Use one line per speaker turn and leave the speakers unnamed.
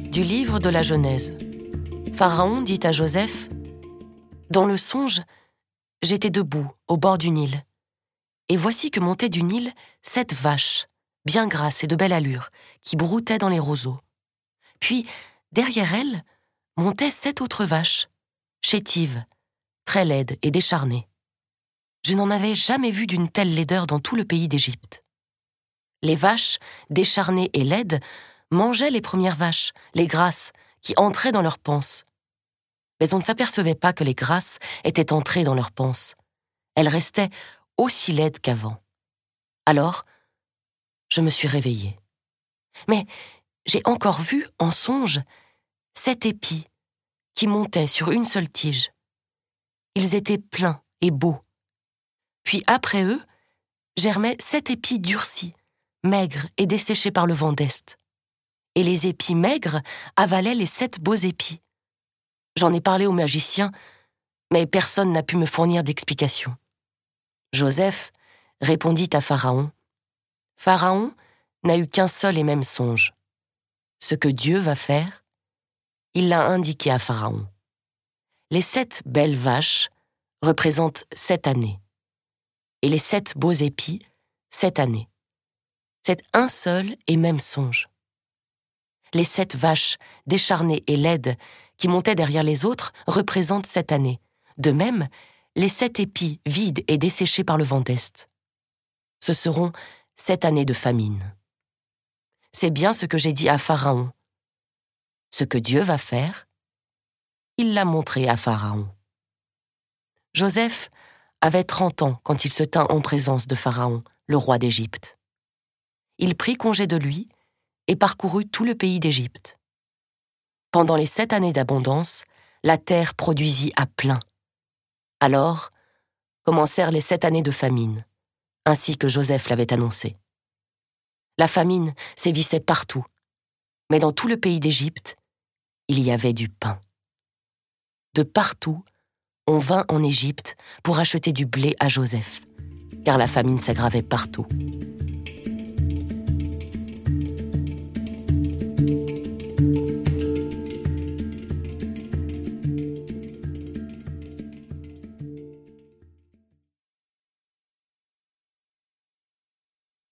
Du livre de la Genèse. Pharaon dit à Joseph : « Dans le songe, j'étais debout au bord du Nil. Et voici que montaient du Nil 7 vaches, bien grasses et de belle allure, qui broutaient dans les roseaux. Puis, derrière elles, montaient 7 autres vaches, chétives, très laides et décharnées. Je n'en avais jamais vu d'une telle laideur dans tout le pays d'Égypte. Les vaches, décharnées et laides, mangeaient les premières vaches, les grasses, qui entraient dans leurs panses. Mais on ne s'apercevait pas que les grasses étaient entrées dans leurs panses. Elles restaient aussi laides qu'avant. Alors, je me suis réveillée. Mais j'ai encore vu, en songe, 7 épis qui montaient sur une seule tige. Ils étaient pleins et beaux. Puis après eux, germaient 7 épis durcis, maigres et desséchés par le vent d'Est. Et les épis maigres avalaient les 7 beaux épis. J'en ai parlé aux magiciens, mais personne n'a pu me fournir d'explication. Joseph répondit à Pharaon : « Pharaon n'a eu qu'un seul et même songe. Ce que Dieu va faire, il l'a indiqué à Pharaon. Les 7 belles vaches représentent 7 années, et les 7 beaux épis, 7 années. C'est un seul et même songe. Les 7 vaches décharnées et laides qui montaient derrière les autres représentent 7 années. De même, les 7 épis vides et desséchés par le vent d'Est. Ce seront 7 années de famine. C'est bien ce que j'ai dit à Pharaon. Ce que Dieu va faire, il l'a montré à Pharaon. » Joseph avait 30 ans quand il se tint en présence de Pharaon, le roi d'Égypte. Il prit congé de lui et parcourut tout le pays d'Égypte. Pendant les 7 années d'abondance, la terre produisit à plein. Alors commencèrent les 7 années de famine, ainsi que Joseph l'avait annoncé. La famine sévissait partout, mais dans tout le pays d'Égypte, il y avait du pain. De partout, on vint en Égypte pour acheter du blé à Joseph, car la famine s'aggravait partout.